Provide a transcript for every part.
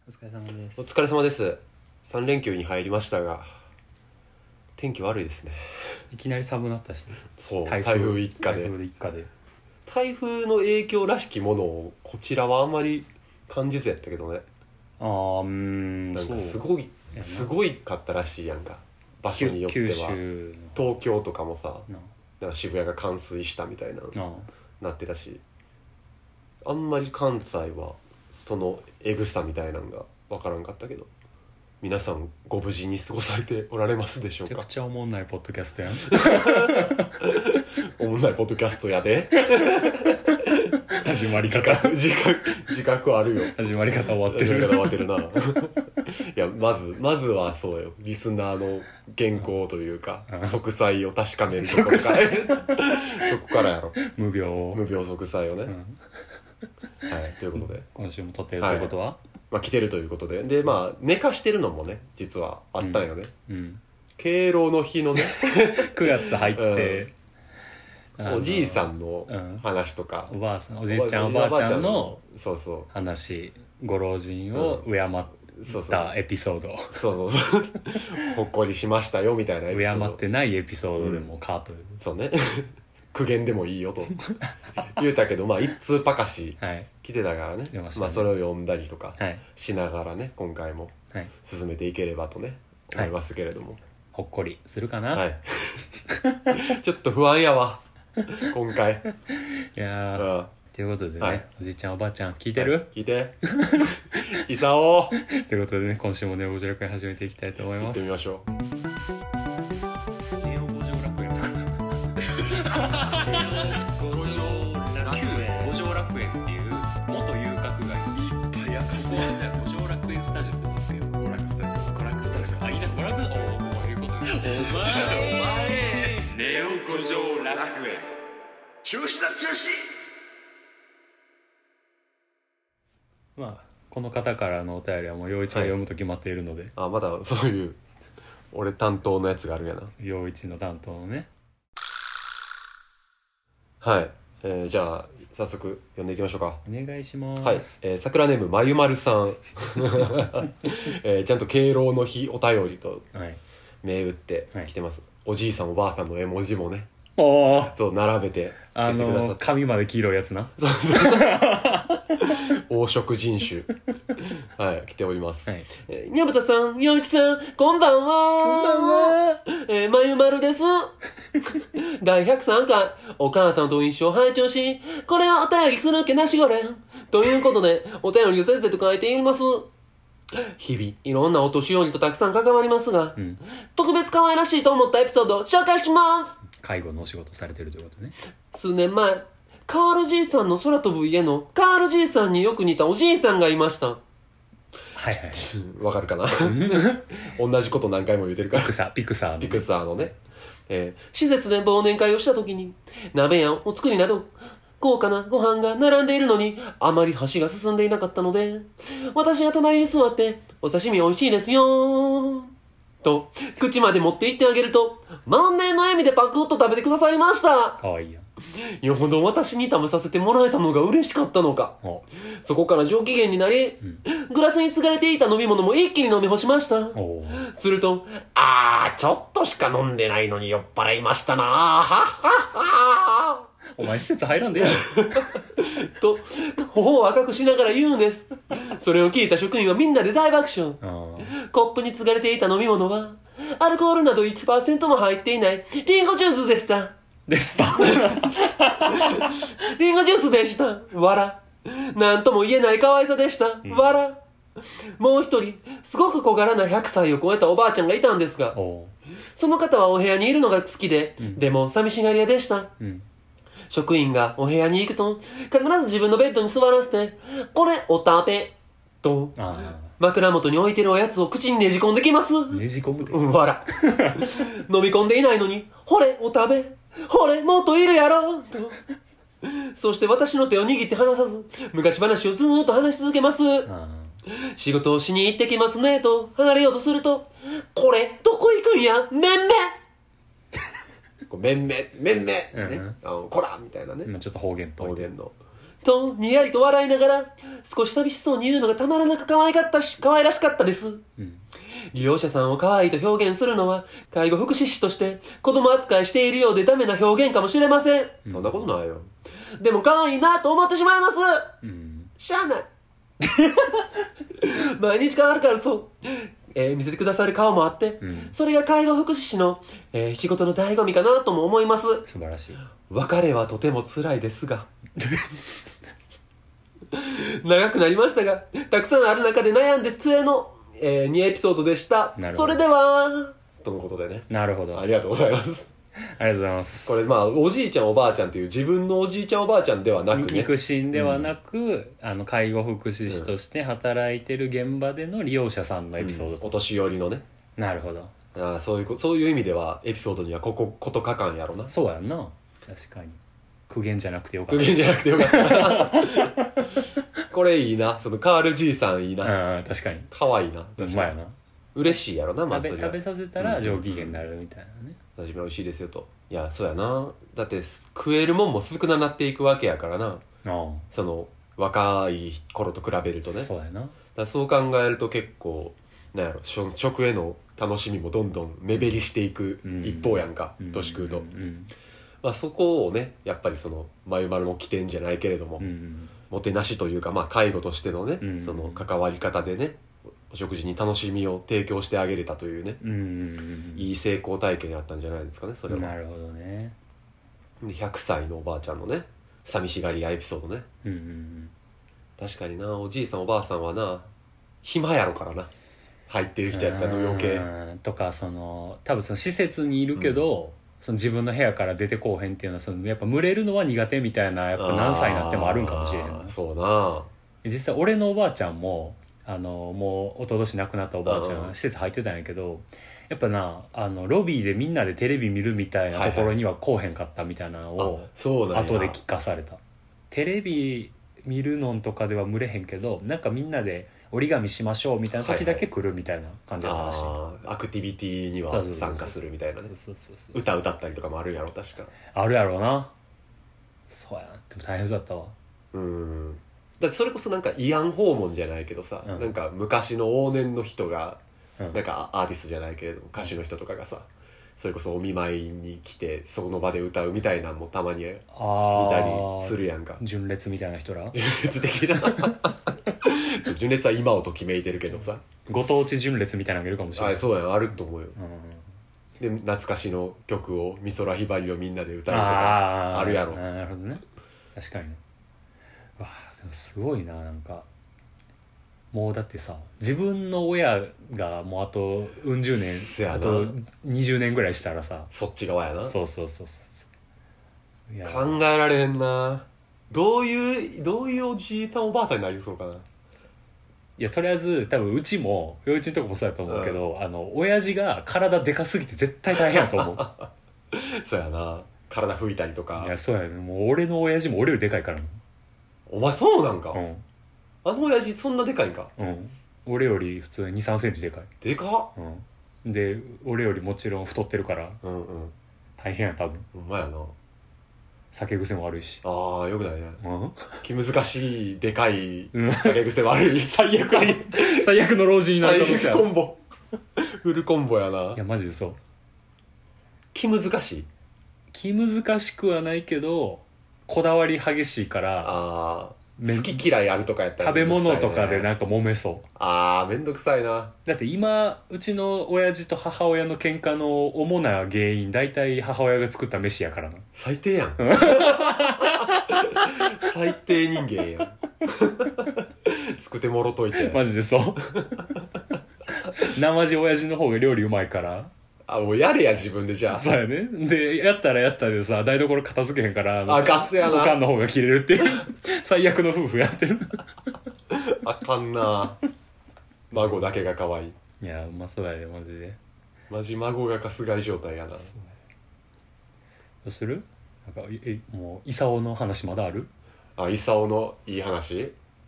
お疲れ様です。 お疲れ様です。3連休に入りましたが天気悪いですね。 いきなり寒くなったし、 そう台風一過で台風の影響らしきものをこちらはあんまり感じずやったけどね。なんかすごいかったらしいやんか、場所によっては。東京とかもさ、なんか渋谷が冠水したみたいななってたし、あんまり関西はそのエグさみたいなのが分からんかったけど、皆さんご無事に過ごされておられますでしょうか。 めちゃくちゃおもんないポッドキャストやんおもんないポッドキャストやで始まり方自覚あるよ。 始まり方終わってるないやまずはそうよ、リスナーの原稿というか息災を確かめるところからそこからやろ、無病息災をね、はい、ということで今週も撮ってるということは、 来てるということで、寝かしてるのもね実はあったんよね、敬老の日のね 9月入って、 おじいさんの話とか、 おじいちゃんおばあちゃんの話、ご老人を敬ったエピソード、 ほっこりしましたよみたいなエピソード、 敬ってないエピソードでもかという、 そうね苦言でもいいよと言うたけど、一通パカシ来てたからね、それを読んだりとかしながらね、今回も進めていければとね思いますけれども、 ほっこりするかな。 ちょっと不安やわ今回。 いやということでね、おじいちゃんおばあちゃん聞いてる？ 聞いていさおということでね、今週もネオ五条楽園始めていきたいと思います。 行ってみましょう。 ネオ五条楽園とか旧五条楽園っていう元遊郭街にいっぱい明かす五条楽園スタジオって言うんですよ。娯楽スタジオ、いいな、娯楽、こういうことね。お前ネオ五条楽園中止だ中止。 この方からのお便りはもう陽一が読むと決まっているので、 まだそういう俺担当のやつがあるんやな。 陽一の担当のね。 はい、じゃあ早速読んでいきましょうか。 お願いします。 はい、桜ネームまゆまるさんちゃんと敬老の日お便りと銘打ってきてます、おじいさんおばあさんの絵文字もね、そう並べてつけてくださって、 髪まで黄色いやつな黄色人種来ております。にゃぶたさん、よういちさん、こんばんは。まゆまるです。第103回、お母さんと一緒拝聴し、これはお便りする気なしごれん。ということで、お便りをせっせと書いています。日々、いろんなお年寄りとたくさん関わりますが、特別可愛らしいと思ったエピソードを紹介します。 介護のお仕事されてるということね。 数年前、カールじいさんの空飛ぶ家のカールじいさんによく似たおじいさんがいました。わかるかな同じこと何回も言うてるから。 ピクサーのね、施設で忘年会をした時に鍋やお作りなど豪華なご飯が並んでいるのにあまり箸が進んでいなかったので、私が隣に座ってお刺身美味しいですよと口まで持って行ってあげると、満面の笑みでパクッと食べてくださいました。 かわいいやん。 よほど私に食べさせてもらえたのが嬉しかったのか、そこから上機嫌になり、グラスに継がれていた飲み物も一気に飲み干しました。すると、ちょっとしか飲んでないのに酔っ払いましたな、はっはっは。 お前施設入らんでやと頬を赤くしながら言うんです。それを聞いた職員はみんなで大爆笑。コップに継がれていた飲み物はアルコールなど 1% も入っていないリンゴジュースでした。リンゴジュースでした。笑。なんとも言えない可愛さでした。笑。もう一人、すごく小柄な100歳を超えたおばあちゃんがいたんですが、その方はお部屋にいるのが好きで、でも寂しがり屋でした。職員がお部屋に行くと、必ず自分のベッドに座らせて、これお食べと、枕元に置いてるおやつを口にねじ込んできます。 ねじ込むで。 笑。飲み込んでいないのに、ほれお食べ。ほれもっといるやろと。そして私の手を握って離さず、昔話をずーっと話し続けます。仕事をしに行ってきますねと離れようとすると、これどこ行くんや、めんめめんめ、こらみたいなね。 ちょっと方言っぽい。 方言の。 とにやりと笑いながら少し寂しそうに言うのがたまらなく可愛らしかったです。利用者さんを可愛いと表現するのは介護福祉士として子供扱いしているようでダメな表現かもしれません。そんなことないよ。でも可愛いなと思ってしまいます。しゃあない。毎日変わるからそう、見せてくださる顔もあって、それが介護福祉士の、仕事の醍醐味かなとも思います。 素晴らしい。 別れはとても辛いですが長くなりましたがたくさんある中で悩んで末の、2エピソードでした。それではとのことでね。 なるほど、 ありがとうございます。 ありがとうございます。 これまあおじいちゃんおばあちゃんっていう自分のおじいちゃんおばあちゃんではなくね、 肉親ではなく、介護福祉士として働いてる現場での利用者さんのエピソード、 お年寄りのね。 なるほど。 ああ、そういう意味ではエピソードにはことかかんやろな。 そうやんな。確かに苦言じゃなくてよかった。 苦言じゃなくてよかったこれいいな。そのカールじいさんいいな。 確かにかわいいな。 うまいやな。 嬉しいやろな。まず食べさせたら上機嫌になるみたいなね。 初め美味しいですよと。いやそうやな。だって食えるもんも少なくなっていくわけやからな。その若い頃と比べるとね。 そうやな。 だそう考えると結構なんやろ、食への楽しみもどんどん目減りしていく一方やんか、年食うと、まあ、そこをねやっぱりその眉丸の起点じゃないけれども、もてなしというか、まあ、介護としてのね、その関わり方でねお食事に楽しみを提供してあげれたというね、いい成功体験やったんじゃないですかね。それはなるほどね。 で100歳のおばあちゃんのね寂しがり屋エピソードね、確かにな。おじいさんおばあさんはな暇やろからな、入ってる人やったら余計とか、多分その施設にいるけど、その自分の部屋から出てこうへんっていうのはやっぱ群れるのは苦手みたいな、やっぱ何歳になってもあるんかもしれへんな。 そうな。 実際俺のおばあちゃんももう一昨年亡くなったおばあちゃん施設入ってたんやけど、やっぱなロビーでみんなでテレビ見るみたいなところには来おへんかったみたいなのを後で聞かされた。テレビ見るのんとかでは群れへんけど、なんかみんなで折り紙しましょうみたいな時だけ来るみたいな感じだったらしい。 アクティビティには参加するみたいなね。歌歌ったりとかもあるんやろ確か。 あるやろうな。そうやな。でも大変そうだったわ。 だってそれこそなんか慰安訪問じゃないけどさ、なんか昔の往年の人が、なんかアーティストじゃないけれども歌手の人とかがさ、それこそお見舞いに来てその場で歌うみたいなのもたまに見たりするやんか。 純烈みたいな人ら純烈的な純烈は今をときめいてるけどさ、 ご当地純烈みたいなのがいるかもしれない。 そうやん、あると思うよ、で懐かしの曲を美空ひばりをみんなで歌うとかあるやろ。 なるほどね。確かにね。わあでもすごいな。なんかもうだってさ、自分の親がもうあとうん十年あと20年ぐらいしたらさ、 そっち側やな。 そういや考えられへんな。どういうおじいさんおばあさんになりそうかな。 いやとりあえず多分うちもうちのとこもそうやと思うけど、親父が体でかすぎて絶対大変やと思うそうやな。体拭いたりとか。 いやそうやね。もう俺の親父も俺よりでかいからね。 お前そうなんか、あの親父そんなでかいんか。 俺より普通に 2,3 センチでかい。 でかっ、で俺よりもちろん太ってるから、大変や多分。 ほんまやな。 酒癖も悪いし。 ああよくないね、気難しいでかい酒癖悪い最悪の老人になる可能性ある。 コンボフルコンボやな。 いやマジでそう。 気難しい。 気難しくはないけどこだわり激しいから、 好き嫌いあるとかやったら、 食べ物とかでなんか揉めそう。 めんどくさいな。だって今うちの親父と母親の喧嘩の主な原因大体母親が作った飯やからな。 最低やん最低人間やん作ってもろといて。 マジでそう生地親父の方が料理うまいから。 もうやれや自分で。じゃあそうやね。でやったでさ、台所片付けへんからガスやな。 おかんの方が切れるっていう最悪の夫婦やってるあかんな。孫だけが可愛い。 いやうまそうやでマジで。 マジ孫がかすがり状態やな。どうする？なんかもうイサオの話まだある？ イサオのいい話。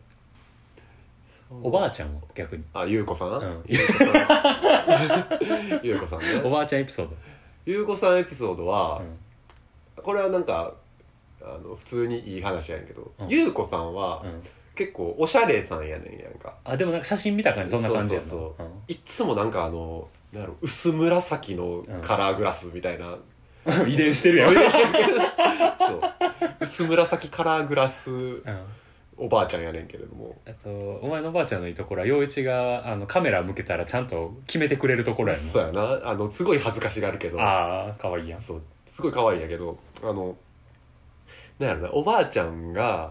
おばあちゃんを逆に。 ゆうこさん、ゆうこさんね。 おばあちゃんエピソード。 ゆうこさんエピソードは、これはなんか普通にいい話やねんけど、 うん優子さんは、 うん結構おしゃれさんやねんやんか。 あでもなんか写真見た感じそんな感じやな。 そういっつもなんかなんやろ薄紫のカラーグラスみたいな、 遺伝してるやん。 そう薄紫カラーグラスおばあちゃんやねんけれども、 あとお前のおばあちゃんのいいところは陽一がカメラ向けたらちゃんと決めてくれるところやな。 そうやな、すごい恥ずかしがるけど、 ああかわいいやん。 そうすごい可愛いんやけど、なんやろな、おばあちゃんが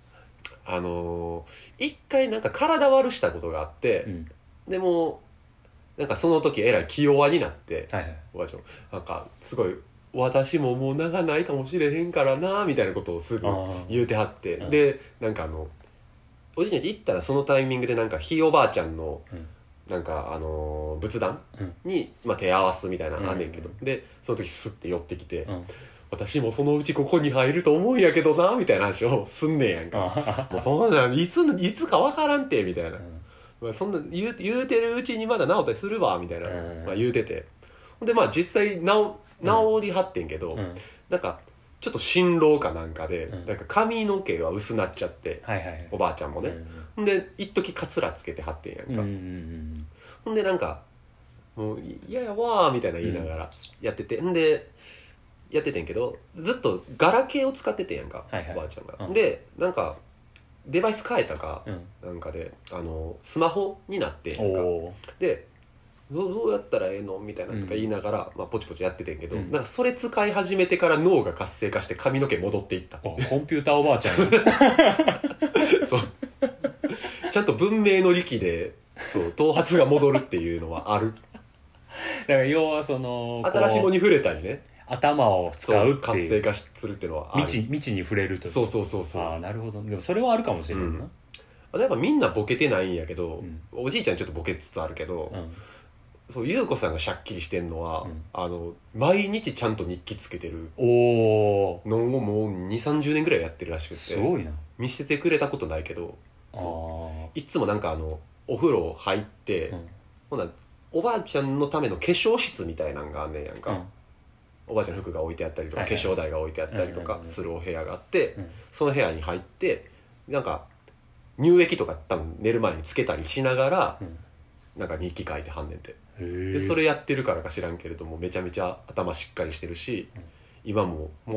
一回なんか体悪したことがあって、 うん、 でもなんかその時えらい気弱になって、 はいはい、 おばあちゃんなんかすごい私ももう長ないかもしれへんからなみたいなことをすぐ言うてはって、でなんかおじいちゃん行ったらそのタイミングでなんかひいおばあちゃんの、なんか仏壇に、まあ、手合わすみたいなのあんねんけど、でその時スッて寄ってきて、私もそのうちここに入ると思うんやけどなみたいな話をすんねんやんか。もうそんなんいつかわからんてみたいな、まあ、そんな言うてるうちにまだ治ったりするわみたいな、まあ、言うてて、ほんでまあ実際治りはってんけど、なんかちょっと心労かなんかで、なんか髪の毛が薄なっちゃって、おばあちゃんもね、ほんで一時カツラつけてはってんやんか、ほんでなんかもう嫌やわーみたいな言いながらやってて、んでやっててんけどずっとガラケーを使っててんやんか、おばあちゃんが、でなんかデバイス変えたか、なんかでスマホになってんやんか、でどうやったらええのみたいなとか言いながら、まあ、ポチポチやっててんけど、なんかそれ使い始めてから脳が活性化して髪の毛戻っていった。 コンピューターおばあちゃんそうちゃんと文明の利器でそう頭髪が戻るっていうのはある。 だから要は新しいものに触れたりね、 頭を使うっていう活性化するっていうのはある。 未知に触れるという。 そうああなるほど。でもそれはあるかもしれんな、 例えばみんなボケてないんやけど、おじいちゃんちょっとボケつつあるけど、そうゆうこさんがしゃっきりしてんのは、毎日ちゃんと日記つけてるのをもう 2,30 年ぐらいやってるらしくて、 すごいな。 見せてくれたことないけど、いつもなんかお風呂入って、ほなおばあちゃんのための化粧室みたいなんがあんねんやんか、おばあちゃんの服が置いてあったりとか、化粧台が置いてあったりとかするお部屋があって、その部屋に入ってなんか乳液とか多分寝る前につけたりしながら、なんか日記書いてはんねんて。でそれやってるからか知らんけれどもめちゃめちゃ頭しっかりしてるし、今もう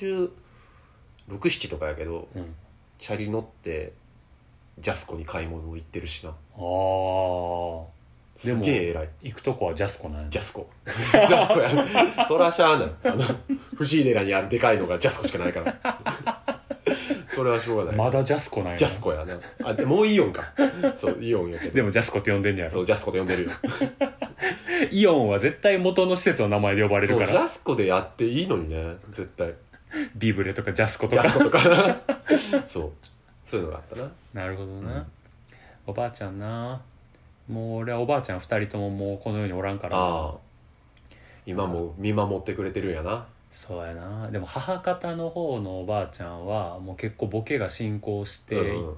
86、7とかやけど、チャリ乗ってジャスコに買い物行ってるしな。すげえ偉い。 行くとこはジャスコなんや。 ジャスコやそらしゃあない。藤井寺にあるでかいのがジャスコしかないからそれはしょうがない。 まだジャスコなんや。 ジャスコやな。でもうイオンか。そうイオンやけど。 でもジャスコって呼んでんねやろ。 そうジャスコで呼んでるよイオンは絶対元の施設の名前で呼ばれるから。 そうジャスコでやっていいのにね絶対。 ビブレとかジャスコとかそういうのがあったな。 なるほどな、おばあちゃんな。もう俺はおばあちゃん2人とももうこの世におらんからな。 今も見守ってくれてるんやな。 そうやな。でも母方の方のおばあちゃんはもう結構ボケが進行していって、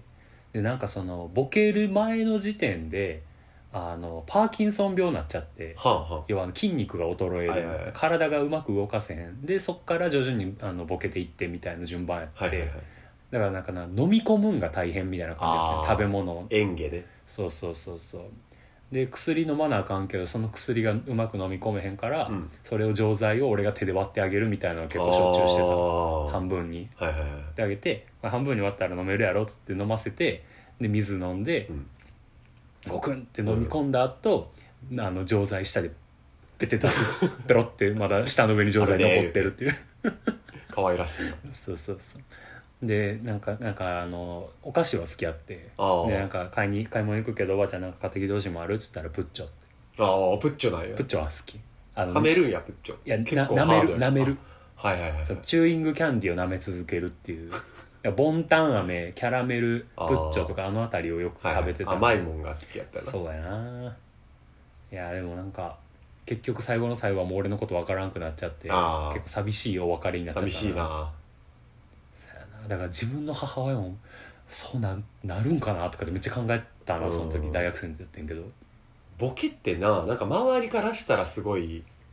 でなんかボケる前の時点でパーキンソン病になっちゃって、要は筋肉が衰える、体がうまく動かせへんで、そっから徐々にボケていってみたいな順番やって、だからなんか飲み込むんが大変みたいな感じだった、食べ物を。 嚥下で。そうで薬飲まなあかんけどその薬がうまく飲み込めへんから、それを錠剤を俺が手で割ってあげるみたいなのを結構しょっちゅうしてた。半分に割ってあげて、半分に割ったら飲めるやろっつって飲ませて、で水飲んで、ゴクンって飲み込んだ後、錠剤下でペテ出すペロってまだ舌の上に錠剤残ってるっていう可愛らしいな。 そうでなんかお菓子は好きあって、でなんか買い物行くけどおばあちゃんなんか買ってきてほしいもんあるっつったらプッチョって。 プッチョなんや。 プッチョは好き。 舐めるんやプッチョ。 いや舐めるそうチューイングキャンディーを舐め続けるっていうボンタン飴、キャラメル、プッチョとかあたりをよく食べてた、 甘いもんが好きやったな。 そうやな。いやでもなんか結局最後の最後はもう俺のこと分からんくなっちゃって、結構寂しいお別れになっちゃったな。 寂しいな。 だから自分の母親もそうなるんかなとかでめっちゃ考えたな、その時大学生でやってんけど。 ボケってなんか周りからしたらすごい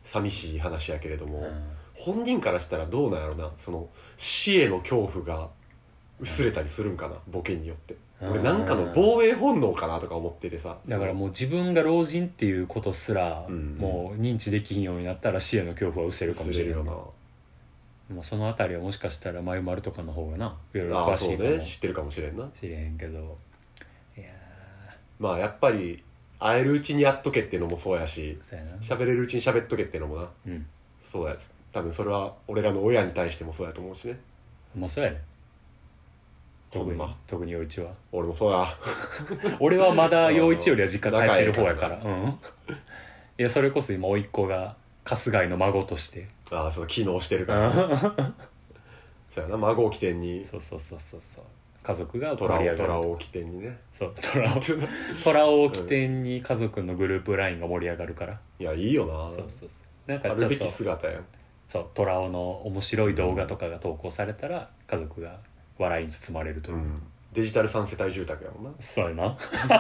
寂しい話やけれども、 うん本人からしたらどうなんやろな、その死への恐怖が薄れたりするんかな、ボケによって。俺なんかの防衛本能かなとか思っててさ。 だからもう自分が老人っていうことすら、もう認知できひんようになったら死への恐怖は薄れるかもしれないよな。もうそのあたりはもしかしたらまゆまるとかの方がないろいろ詳しいかも、 そうね、知ってるかもしれんな。 知れへんけど、いやまあやっぱり会えるうちにやっとけっていうのもそうやし、 そうやな、 喋れるうちに喋っとけっていうのもな、そうや、多分それは俺らの親に対してもそうやと思うしね。 まあそうやね、特に陽一は。 俺もそうや俺はまだ陽一よりは実家帰ってる方やから、いやそれこそ今甥っ子が春日井の孫としてそう機能してるからそうやな、孫を起点に、 そう家族がトラを起点にね、 そうトラを起点に家族のグループラインが盛り上がるから。 いやいいよな、 そうなんかちょっとあるべき姿やん。 そうトラオの面白い動画とかが投稿されたら家族が笑いに包まれるという、 デジタル3世帯住宅やもんな。 そうやな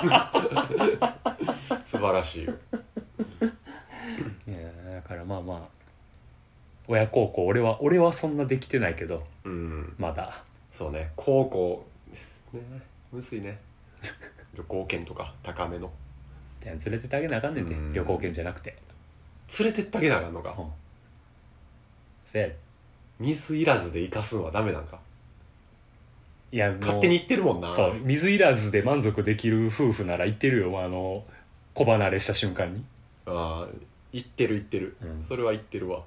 素晴らしいよいやだからまあ親孝行俺はそんなできてないけど、まだそうね、孝行ね、むずいね旅行券とか高めの連れてってあげなあかんねんて、旅行券じゃなくて連れてってあげなあかんのか、 せや水いらずで生かすのはダメなんか。 いやもう勝手に言ってるもんな。 そう水いらずで満足できる夫婦なら言ってるよ、子離れした瞬間に。 言ってる、それは言ってるわ。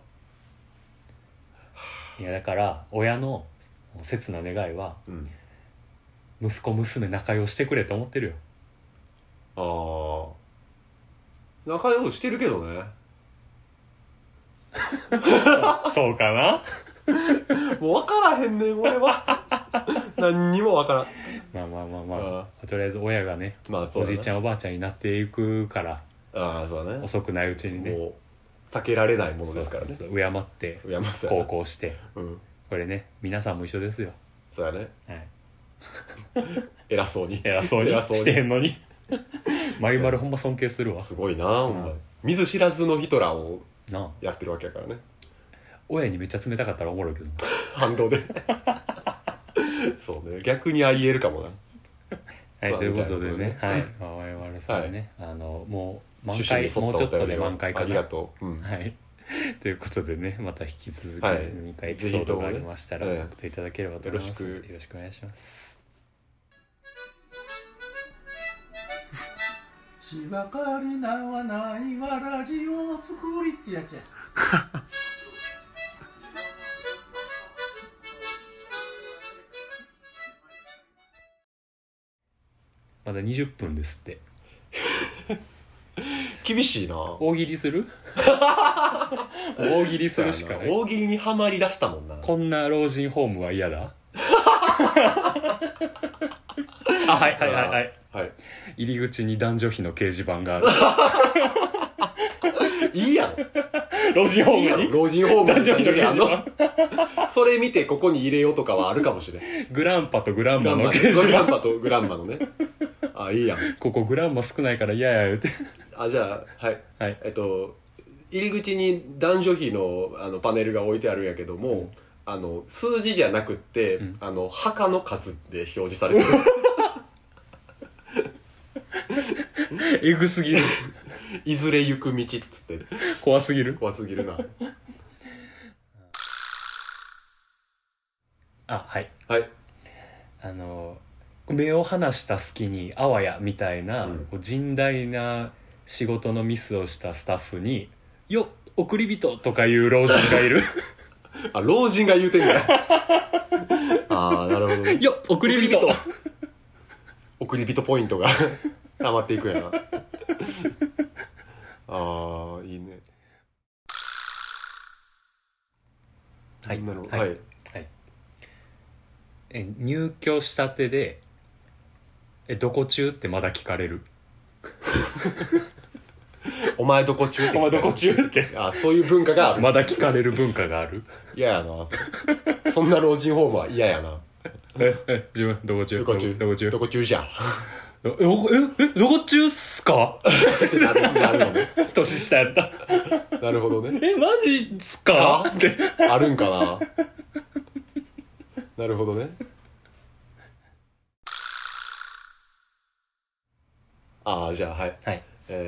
いやだから親の切な願いは、息子娘仲良してくれと思ってるよ。仲良くしてるけどねそうかなもう分からへんねん俺は何にも分からん。 まあとりあえず親がね、おじいちゃんおばあちゃんになっていくから、 そうだね、 遅くないうちにね、 もう避けられないものですからね。 敬って孝行して、これね皆さんも一緒ですよ。 そうやね、偉そうにしてへんのにまゆまるほんま尊敬するわ。 すごいな、ほんま見ず知らずのヒトラーをやってるわけやからね。 親にめっちゃ冷たかったらおもろいけど反動でそうね、逆にありえるかもな。 はい、ということでね、まゆまるさんね、もう満開、もうちょっとで満開かな。 ありがとう。 はいということでね、また引き続き何かエピソードがありましたら送っていただければと思います。よろしくお願いします。 芝刈りなはないわラジオを作りってやつやまだ20分ですって厳しいな。 大喜利する大喜利するしかない。 大喜利にはまりだしたもんな。 こんな老人ホームは嫌だはい入り口に男女比の掲示板があるいいやん、 老人ホームに老人ホーム男女比の掲示板それ見てここに入れようとかはあるかもしれん。 グランパとグランマの掲示板、 グランパとグランマのねいいやん、 ここグランマ少ないから嫌や言うてじゃあ入り口に男女比のパネルが置いてあるんやけども、数字じゃなくって、墓の数で表示されてるえぐすぎるいずれ行く道っつって怖すぎるなはい目を離した隙にあわやみたいな、甚大な仕事のミスをしたスタッフによっ送り人とかいう老人がいる老人が言うてんやなるほど、ね、 よっ送り人送り人ポイントが溜まっていくやな。いいね。 入居したてでどこ中ってまだ聞かれるお前どこ中ってお前どこ中ってそういう文化がある。 まだ聞かれる文化がある。 嫌やなそんな老人ホームは嫌やな。 自分どこ中どこ中じゃどこ中っすかなるよね年下やったなるほどね。 マジっすかってあるんかな。なるほどね。じゃあはい、 はい、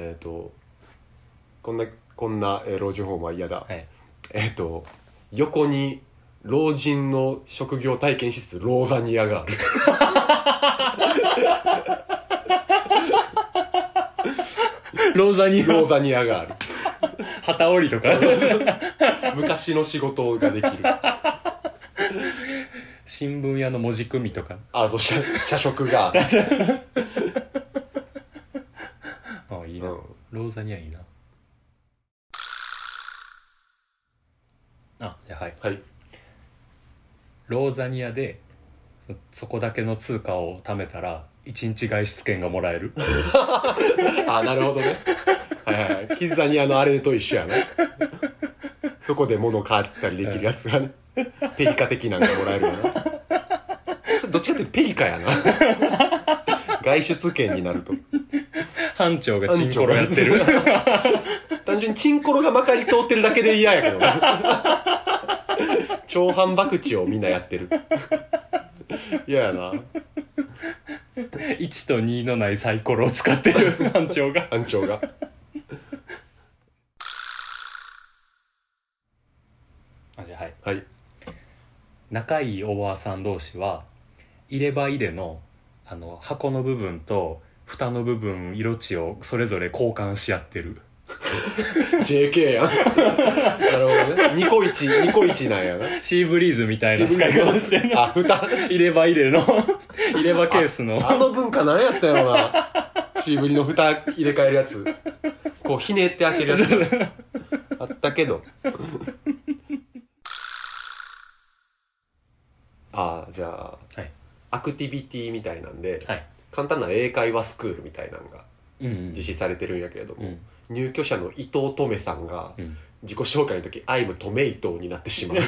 こんな老人ホームは嫌だ、 はい、 横に老人の職業体験室ローザニアがある。 ローザニアがある。 旗織りとか昔の仕事ができる。 新聞屋の文字組みとか。 そう社食がある。 いいな、ローザニアいいな。じゃあはい、 はい、 ローザニアでそこだけの通貨を貯めたら1日外出券がもらえる。 なるほどね。はい、キッザニアのあれと一緒やね。そこで物買ったりできるやつがね、ペイカ的なんかもらえるよな。それどっちかってペイカやな。外出券になると班長がチンコロやってる。 単純にチンコロがまかり通ってるだけで嫌やけど超反博打をみんなやってる。嫌やな。 1と2のないサイコロを使ってる班長がじゃあはい、 はい、 仲いいおばあさん同士は入れ歯入れの箱の部分と蓋の部分色地をそれぞれ交換し合ってる。 JK やん。なるほどね。ニコイチなんやな。 シーブリーズみたいな使い方してるの。 蓋入れ歯入れの入れ歯ケースのあの文化何やったやろな。シーブリの蓋入れ替えるやつ、こうひねって開けるやつあったけど。じゃあ、 はい、 アクティビティみたいなんで、 はい、 簡単な英会話スクールみたいなのが実施されてるんやけれども、 うんうん、 入居者の伊藤トメさんが自己紹介の時、アイムトメイトになってしまう。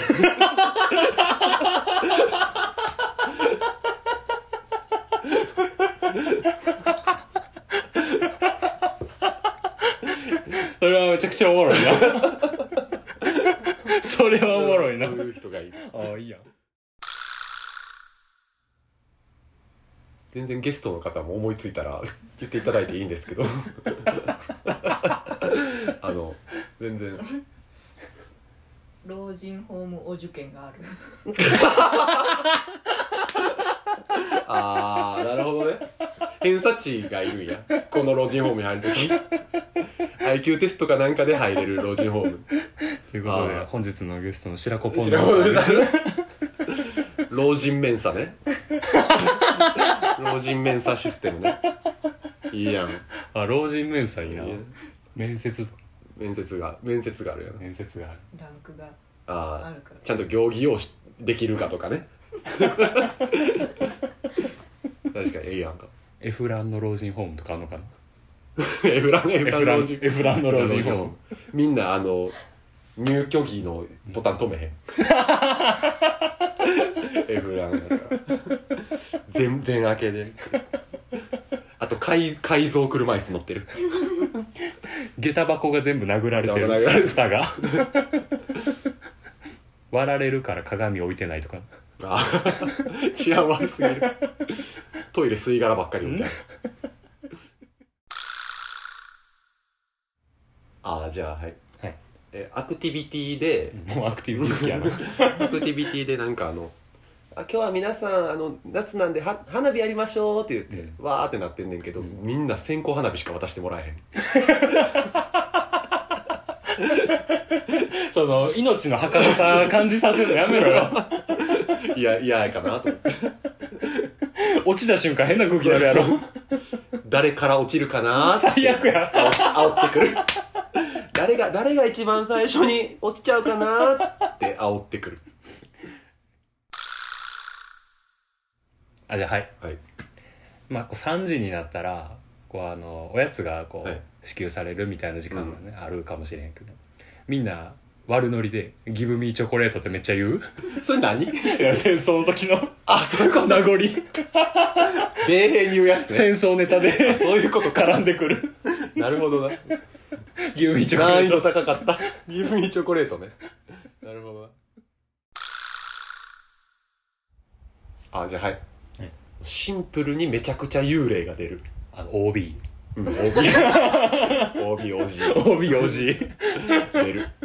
それはめちゃくちゃおもろいな。それはおもろいな。 そういう人がいる。 いいやん。 全然ゲストの方も思いついたら言っていただいていいんですけど。全然老人ホームお受験がある。 なるほどね。偏差値がいるんや、この老人ホームに入るとき。IQ テストかなんかで入れる老人ホームということで、本日のゲストの白子ポンナさんです。 老人メンサね。老人メンサシステムね。いいやん。 老人メンサいいな。面接があるやん。 ランクがあるから、 ちゃんと行儀をできるかとかね。確かにいいやんか。 エフランの老人ホームとかあるのかな。 エフランの老人ホーム。みんな入居儀のボタン止めへん。エフランやから全開けで。あと改造車椅子乗ってる。 下駄箱が全部殴られてる。蓋が割られるから鏡置いてないとか。 治安悪すぎる。トイレ吸い殻ばっかりみたいな。じゃあはい、 はい、 アクティビティで、 もうアクティビティ好きやな。 アクティビティでなんか今日は皆さん夏なんで花火やりましょうって言って、わーってなってんねんけど、みんな線香花火しか渡してもらえへん。 その命の儚さ感じさせるのやめろよ。 いや嫌かなと思って。 落ちた瞬間変な空気になるやろ。 誰から落ちるかなって最悪や。 煽ってくる。誰が一番最初に落ちちゃうかなって煽ってくる。 じゃあはい、 はい、 3時になったらおやつがはい、 支給されるみたいな時間がね、あるかもしれへんけど、みんな悪ノリでギブミーチョコレートってめっちゃ言う。 それ何？ いや戦争の時のそういうこと。 名残。 米兵に言うやつね。 戦争ネタでそういうこと絡んでくる。 なるほどな。 牛乳チョコレート難易度高かった牛乳チョコレートねなるほどなあじゃあはい、はい、シンプルにめちゃくちゃ幽霊が出る OB OB 出る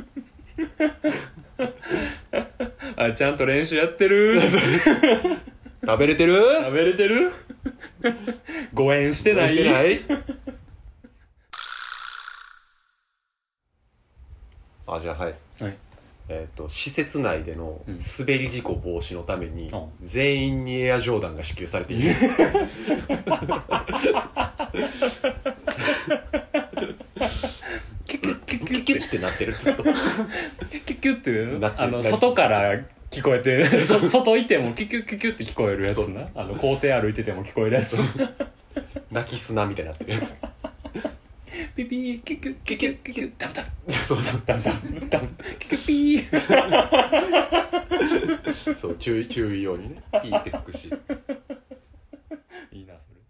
あちゃんと練習やってる食べれてる誤嚥してないあじゃあはい、 はい施設内での滑り事故防止のために、全員にエアジョーダンが支給されているキュキュキュキュキュってなってるずっとキュキュって外から聞こえて外いてもキュキュキュキュって聞こえるやつな校庭歩いてても聞こえるやつ泣き砂みたいになってるやつピピーキュキュキュキュキュキュダンダンそうダンダンダンキュキュピーそう注意用にねピーって吹くしいいなそれ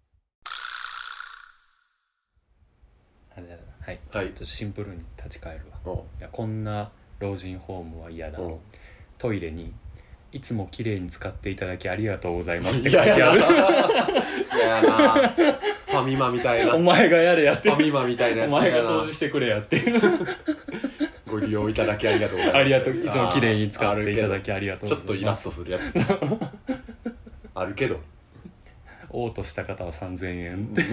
はい、ちょっとシンプルに立ち返るわ。いやこんな老人ホームは嫌だ。トイレにいつも綺麗に使っていただきありがとうございますって書いてある。 いやなファミマみたいな。 お前がやれやって。 ファミマみたいなやつ。 お前が掃除してくれやって。 ご利用いただきありがとうございます。 ありがとう。いつも綺麗に使っていただきありがとうございます。 ちょっとイラッとするやつ。あるけど。 嘔吐した方は3000円。 居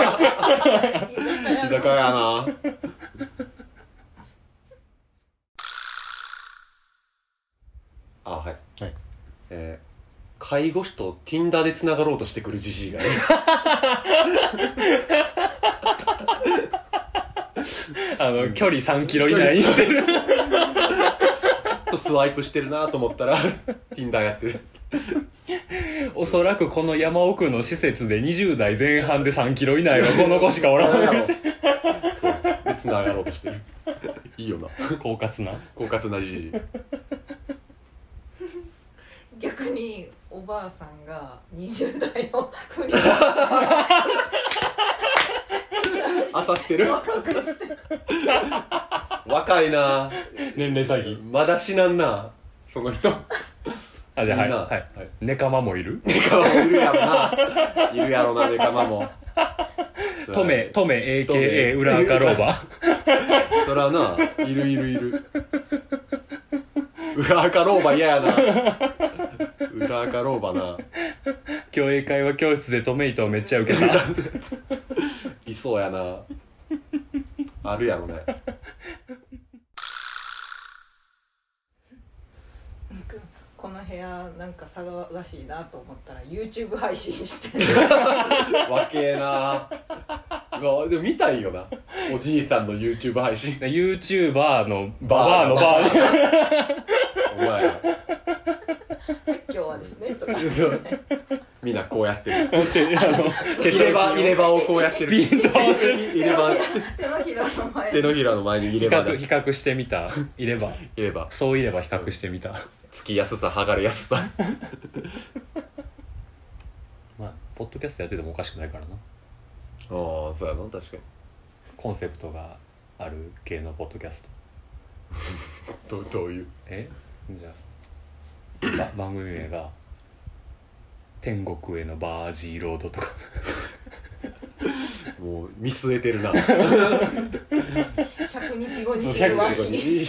酒屋やな。あ、はい。はい。介護士と Tinder でつながろうとしてくるじじいがいる。 距離3キロ以内にしてる。 ずっとスワイプしてるなと思ったら Tinder やってる。 おそらくこの山奥の施設で20代前半で3キロ以内はこの子しかおらんやろ。 そうでつながろうとしてる。いいよな。 狡猾なじじい。 逆におばあさんが20代のふりあさってる。若いな。 年齢詐欺。 まだ死なんなその人。 あ、じゃあはい。ネカマもいる？ ネカマもいるやろな。いるやろな、ネカマも。 トメ AKA 裏垢老婆。 そらな、いる。裏垢老婆嫌やな。裏垢老婆な。 競泳会話教室でトメイトをめっちゃ受けた。 いそうやな。あるやろね。 この部屋なんか騒がしいなと思ったら YouTube 配信してる。 わけえな。でも見たいよな。おじいさんの YouTube 配信。 YouTuber のバーのバーで。 お前ら。 今日はですねとか。 みんなこうやってる。 入れ歯をこうやってる。 ピント合わせ入れ歯。手のひらの前に入れ歯。 比較してみた。入れ歯。そういれば比較してみた。 つきやすさ、剥がれやすさ。 まあポッドキャストやっててもおかしくないからな。 ああ、そうやな、確かに。 コンセプトがある系のポッドキャスト。どういう？ じゃあ番組名が天国へのバージーロードとか。 もう見据えてるな。 100日後に死ぬわし。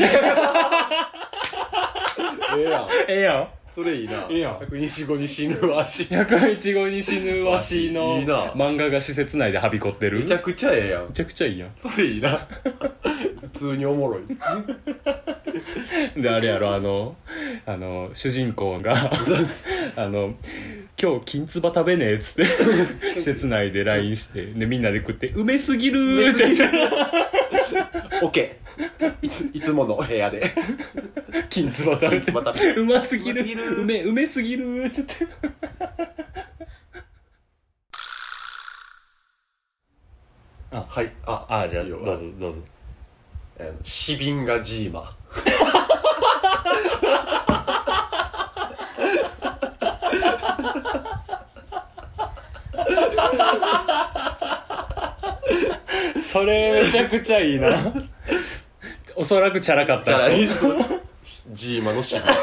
ええやん。 それいいな。 いいやん。 100日後に死ぬわし。 100日後に死ぬわしの漫画が施設内ではびこってる。 めちゃくちゃええやん。 めちゃくちゃいいやん。 それいいな。普通におもろい。 であれやろ、主人公が今日金つば食べねえっつって施設内で LINE してでみんなで食ってうめすぎるーってオッケー。いつもの部屋で金つば食べてうますぎるうめすぎるーって言ってはい。 じゃあどうぞ。 シビンガジーマ。 それめちゃくちゃいいな。おそらくチャラかった人。 ジーマのシーン。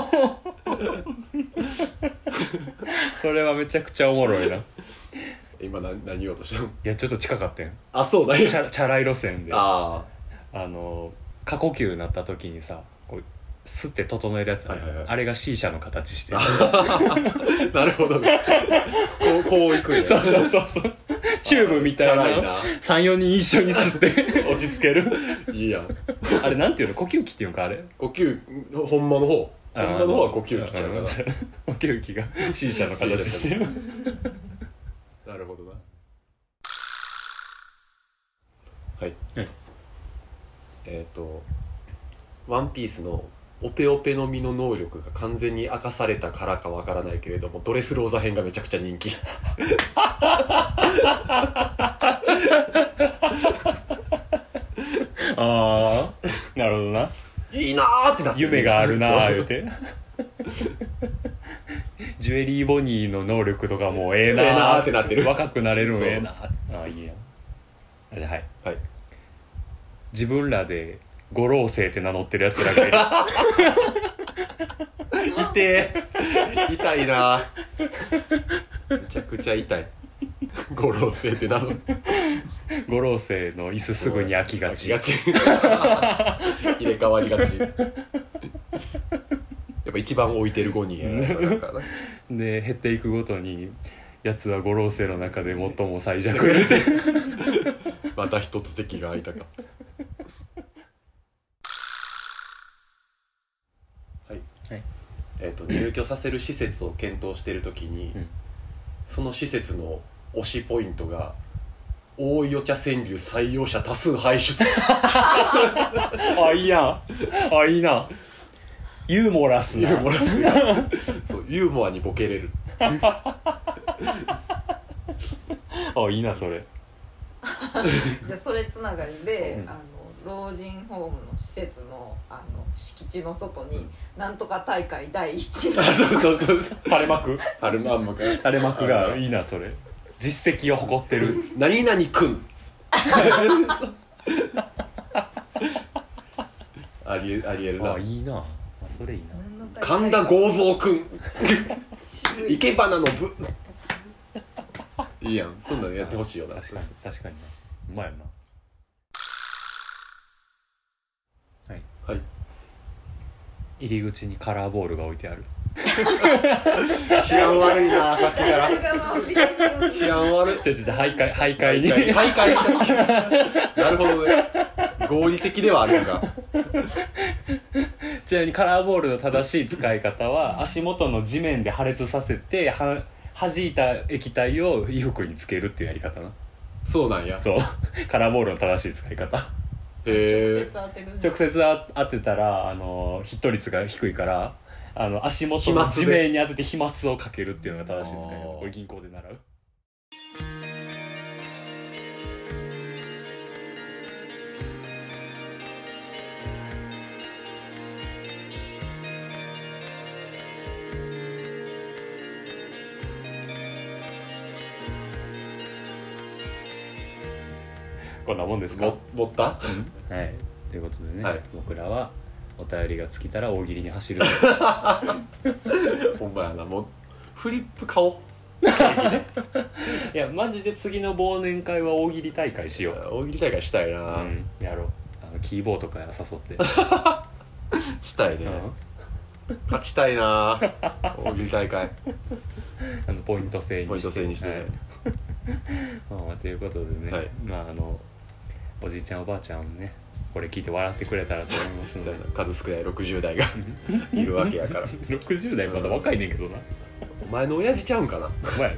それはめちゃくちゃおもろいな。 今何言おうとしたの？ いやちょっと近かったん。 あ、そうだよ。 チャラい路線で。 あ過呼吸になった時にさ、こう吸って整えるやつ、 はいはいはい、 あれが C 社の形してる。 なるほどね。こういくんや。 そうチューブみたいな 3,4 人一緒に吸って落ち着ける。 いいやん。 あれなんていうの？呼吸器っていうのかあれ？ 呼吸、ほんまの方は呼吸器ちゃうかな。 呼吸器が C 社の形してる。 なるほどな。はい。ワンピースのオペオペの実の能力が完全に明かされたからかわからないけれども、ドレスローザ編がめちゃくちゃ人気。 ああ、なるほどな。 いいなーってなって、 夢があるなー言うて。ジュエリーボニーの能力とかもええなーってなってる。 若くなれるのええなー。ああ、いいやん。じゃあはい。はい。自分らで五老星って名乗ってるやつらがいる。痛いな。めちゃくちゃ痛い。五老星って名乗る。 五老星の椅子すぐに飽きがち。 入れ替わりがち。やっぱ一番置いてる5人やからな。 で減っていくごとにやつは五老星の中で最も最弱やってまた一つ席が空いたか。はい、はい、入居させる施設を検討しているときに、その施設の推しポイントが大井お茶川柳採用者多数輩出。 あ、いいやん。あ、いいな。ユーモラスな。 ユーモラスそう、ユーモアにボケれる。 あ、いいなそれ。 じゃあそれつながりで、老人ホームの施設の敷地の外になんとか大会第1位。 そう垂れ幕。 垂れ幕がいいなそれ。実績を誇ってる。 何々くん。ありえるな。 あ、いいな。それいいな。 神田剛三くん。生け花の部。いいやん。そんなのやってほしいよな。 確かにな。うまいよな。はい。はい。入り口にカラーボールが置いてある。 治安悪いな、さっきから治安悪い。 徘徊に徘徊した。なるほどね。合理的ではあるか。 ちなみにカラーボールの正しい使い方は足元の地面で破裂させて弾いた液体を衣服につけるっていうやり方な。 そうなんや。 そう。カラーボールの正しい使い方。 直接当てる。 直接当てたらヒット率が低いから。足元の地面に当てて飛沫をかけるっていうのが正しい使い方。これ銀行で習う。こんなもんですか。 持った、 はい。ということでね、はい、僕らはお便りが尽きたら大喜利に走る。 ほんまやな。もうフリップ買おう。 いやマジで次の忘年会は大喜利大会しよう。 大喜利大会したいな、 やろう。キーボードとか誘ってしたいね、勝ちたいな。大喜利大会ポイント制にして、 はいということでね、はい、おじいちゃんおばあちゃんねこれ聞いて笑ってくれたらと思いますので数少ない60代がいるわけやから 60代まだ若いねんけどな、 お前の親父ちゃうんかな。 お前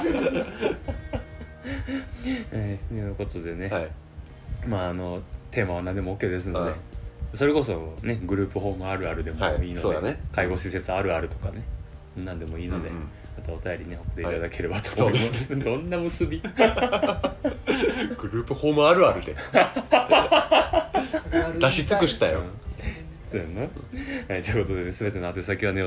ということでね、はい、テーマは何でも OK ですので、それこそねグループホームあるあるでもいいので、 そうだね、 介護施設あるあるとかね何でもいいので、またお便りね送っていただければと思います、どんな結びグループホームあるあるで出し尽くしたよ、 そうやな。ということで、ね、全ての宛先は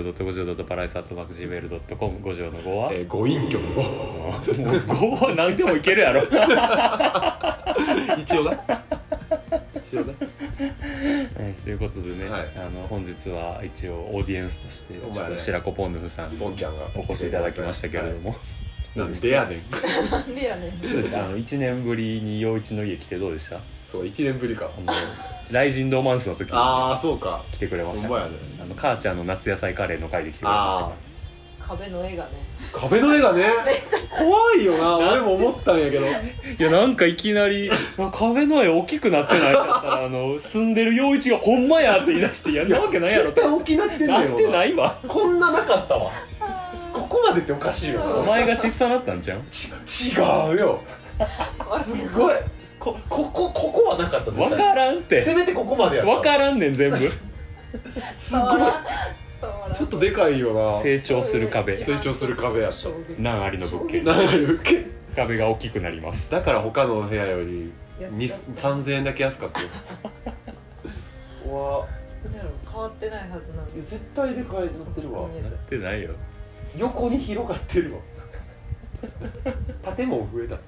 neo.5条.parais@gmail.com 5条の5は 5隠居の5 もう5は何でもいけるやろ一応な一応ねはい、ということでね、 はい、 本日は一応オーディエンスとしてちょっと白子ポンヌフさんにポンちゃんがお越しいただきましたけれども、 なんでやねんなんでやねん。 どうでした1年ぶりに陽一の家来てどうでした？ そう1年ぶりかライジンロマンスの時にああそうか来てくれました。 ほんまやね母ちゃんの夏野菜カレーの会で来てくれましたから。 壁の絵がね、 壁の絵がね怖いよな俺も思ったんやけどいやなんかいきなり壁の絵大きくなってないかったら住んでる陽一がほんまやって言い出してやんなわけないやろって大きなってんねんよなってないわ。 こんななかったわここまでっておかしいよお前が小さなったんじゃん。 違うよすごいここはなかった分からんってせめてここまでやった分からんねん全部すごいちょっとでかいよな成長する壁成長する壁やった難ありの物件壁が大きくなります。 だから他の部屋より3000円だけ安かったようわ変わってないはずなんで絶対でかいなってるわ。 なってないよ。 横に広がってるわ建物増えた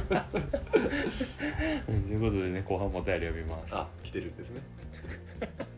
ということでね後半もお便り読みます。 あ来てるんですね